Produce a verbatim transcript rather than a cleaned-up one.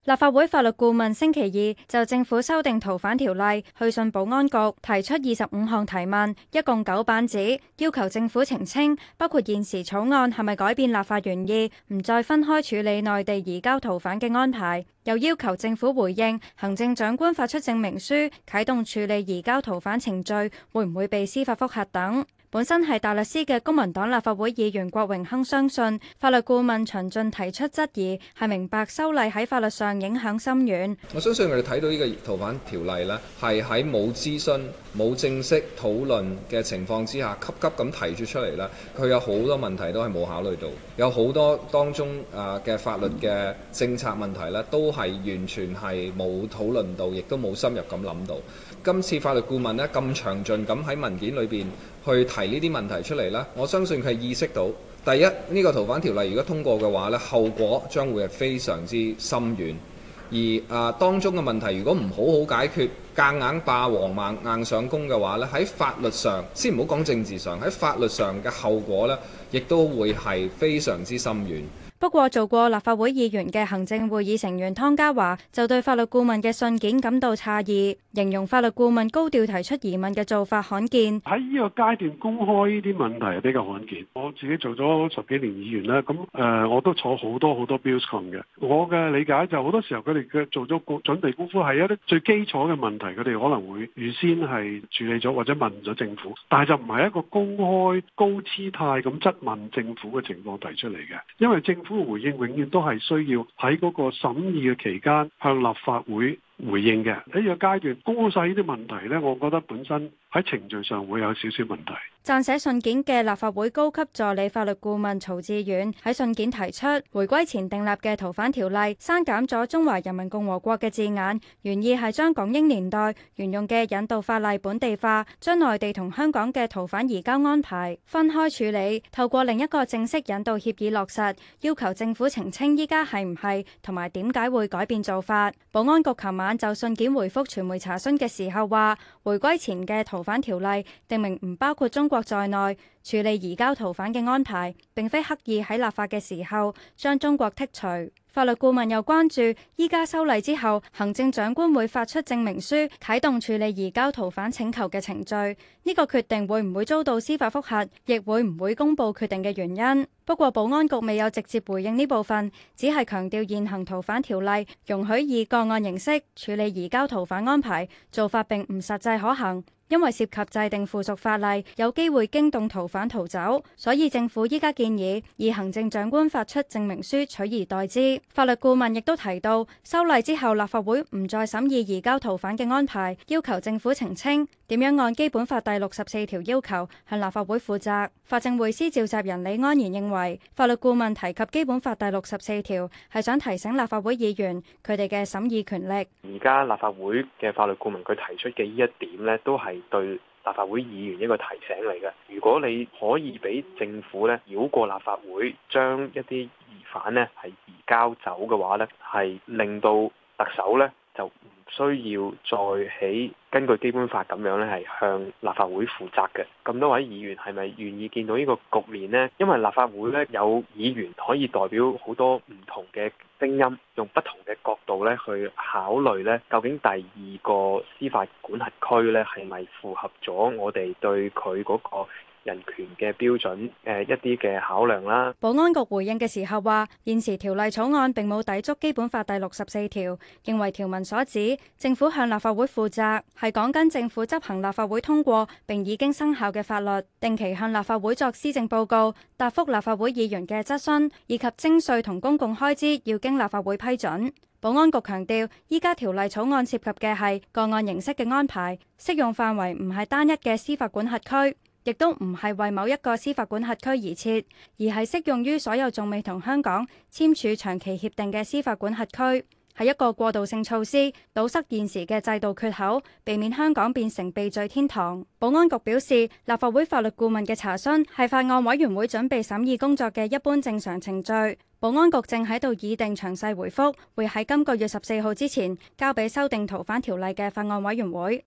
立法會法律顧問星期二就政府修訂逃犯條例去信保安局，提出二十五項提問，一共九版紙，要求政府澄清，包括現時草案係咪改變立法原意，唔再分開處理內地移交逃犯嘅安排，又要求政府回應行政長官發出證明書，啟動處理移交逃犯程序會唔會被司法覆核等。本身係大律師嘅公民黨立法會議員郭榮鏗相信，法律顧問陳進提出質疑，係明白修例喺法律上影響深遠。 我相信我哋睇到呢個逃犯條例呢，係喺冇諮詢、冇正式討論嘅情況之下，急急咁提出出嚟啦。佢有好多問題都係冇考慮到，有好多當中啊嘅法律嘅政策問題呢，都係完全係冇討論到，亦都冇深入咁諗到。今次法律顧問呢，咁詳盡咁喺文件裏邊去提呢啲問題出嚟啦，我相信佢係意識到，第一，呢個逃犯條例如果通過嘅話呢，後果將會係非常之深遠，而啊當中嘅問題如果唔好好解決，夾硬霸王硬硬上弓嘅話呢，喺法律上先唔好講政治上，喺法律上嘅後果呢，亦都會係非常之深遠。 不過做過立法會議員嘅行政會議成員湯家驊就對法律顧問嘅信件感到詫異，形容法律顧問高調提出疑問嘅做法罕見。 喺呢個階段公開呢啲問題係比較罕見。我自己做咗十幾年議員啦，咁誒、呃、我都坐好多好多 Billscom 嘅。我嘅理解就好多時候佢哋嘅做咗準備功夫係一啲最基礎嘅問題，佢哋可能會預先係處理咗或者問咗政府，但係就唔係一個公開高姿態咁質問政府嘅情況提出嚟嘅，因為政府回應永遠都係需要喺嗰個審議嘅期間向立法會回應嘅。喺呢個階段公開晒呢啲問題呢，我覺得本身喺程序上會有少少問題。 撰寫信件嘅立法會高級助理法律顧問曹志遠喺信件提出，回歸前訂立嘅逃犯條例刪減咗中華人民共和國嘅字眼，原意係將港英年代沿用嘅引渡法例本地化，將內地同香港嘅逃犯移交安排分開處理，透過另一個正式引渡協議落實，要求政府澄清依家係唔係同埋點解會改變做法。保安局琴晚就信件回覆傳媒查詢嘅時候話，回歸前嘅逃犯條例定明唔包括中國在內處理移交逃犯嘅安排，並非刻意喺立法嘅時候將中國剔除。法律顧問又關注，依家修例之後，行政長官會發出證明書，啟動處理移交逃犯請求嘅程序。呢個決定會唔會遭到司法覆核，亦會唔會公佈決定嘅原因。不過保安局未有直接回應呢部分，只係強調現行逃犯條例容許以個案形式處理移交逃犯安排，做法並唔實際可行。因為涉及制定附屬法例，有機會驚動逃犯逃走，所以政府依家建議以行政長官發出證明書取而代之。法律顧問亦都提到，修例之後立法會唔再審議移交逃犯嘅安排，要求政府澄清點樣按基本法第六十四條要求向立法會負責。法政匯思召集人李安然認為，法律顧問提及基本法第六十四條係想提醒立法會議員佢哋嘅審議權力。 而家立法會嘅法律顧問佢提出嘅呢一點呢，都係對立法會議員一個提醒嚟嘅。如果你可以俾政府咧繞過立法會，將一啲疑犯咧係移交走嘅話咧，係令到特首咧就唔需要再喺根據基本法咁樣咧係向立法會負責嘅。咁多位議員係咪願意見到呢個局面呢？因為立法會咧有議員可以代表好多唔同嘅聲音，用不同嘅角度咧去考慮咧，究竟第二個司法管轄區咧係咪符合咗我哋對佢嗰個人權嘅標準誒一啲嘅考量啦。 保安局回應嘅時候話，現時條例草案並冇抵觸基本法第六十四條，認為條文所指政府向立法會負責係講緊政府執行立法會通過並已經生效嘅法律，定期向立法會作施政報告、答覆立法會議員嘅質詢，以及徵稅同公共開支要經立法會批准。保安局強調，依家條例草案涉及嘅係個案形式嘅安排，適用範圍唔係單一嘅司法管轄區，亦都唔係為某一個司法管轄區而設，而係適用於所有仲未同香港簽署長期協定嘅司法管轄區，係一個過渡性措施，堵塞現時嘅制度缺口，避免香港變成避罪天堂。保安局表示，立法會法律顧問嘅查詢係法案委員會準備審議工作嘅一般正常程序。保安局正喺度擬定詳細回覆，會喺今個月十四號之前交俾修訂逃犯條例嘅法案委員會。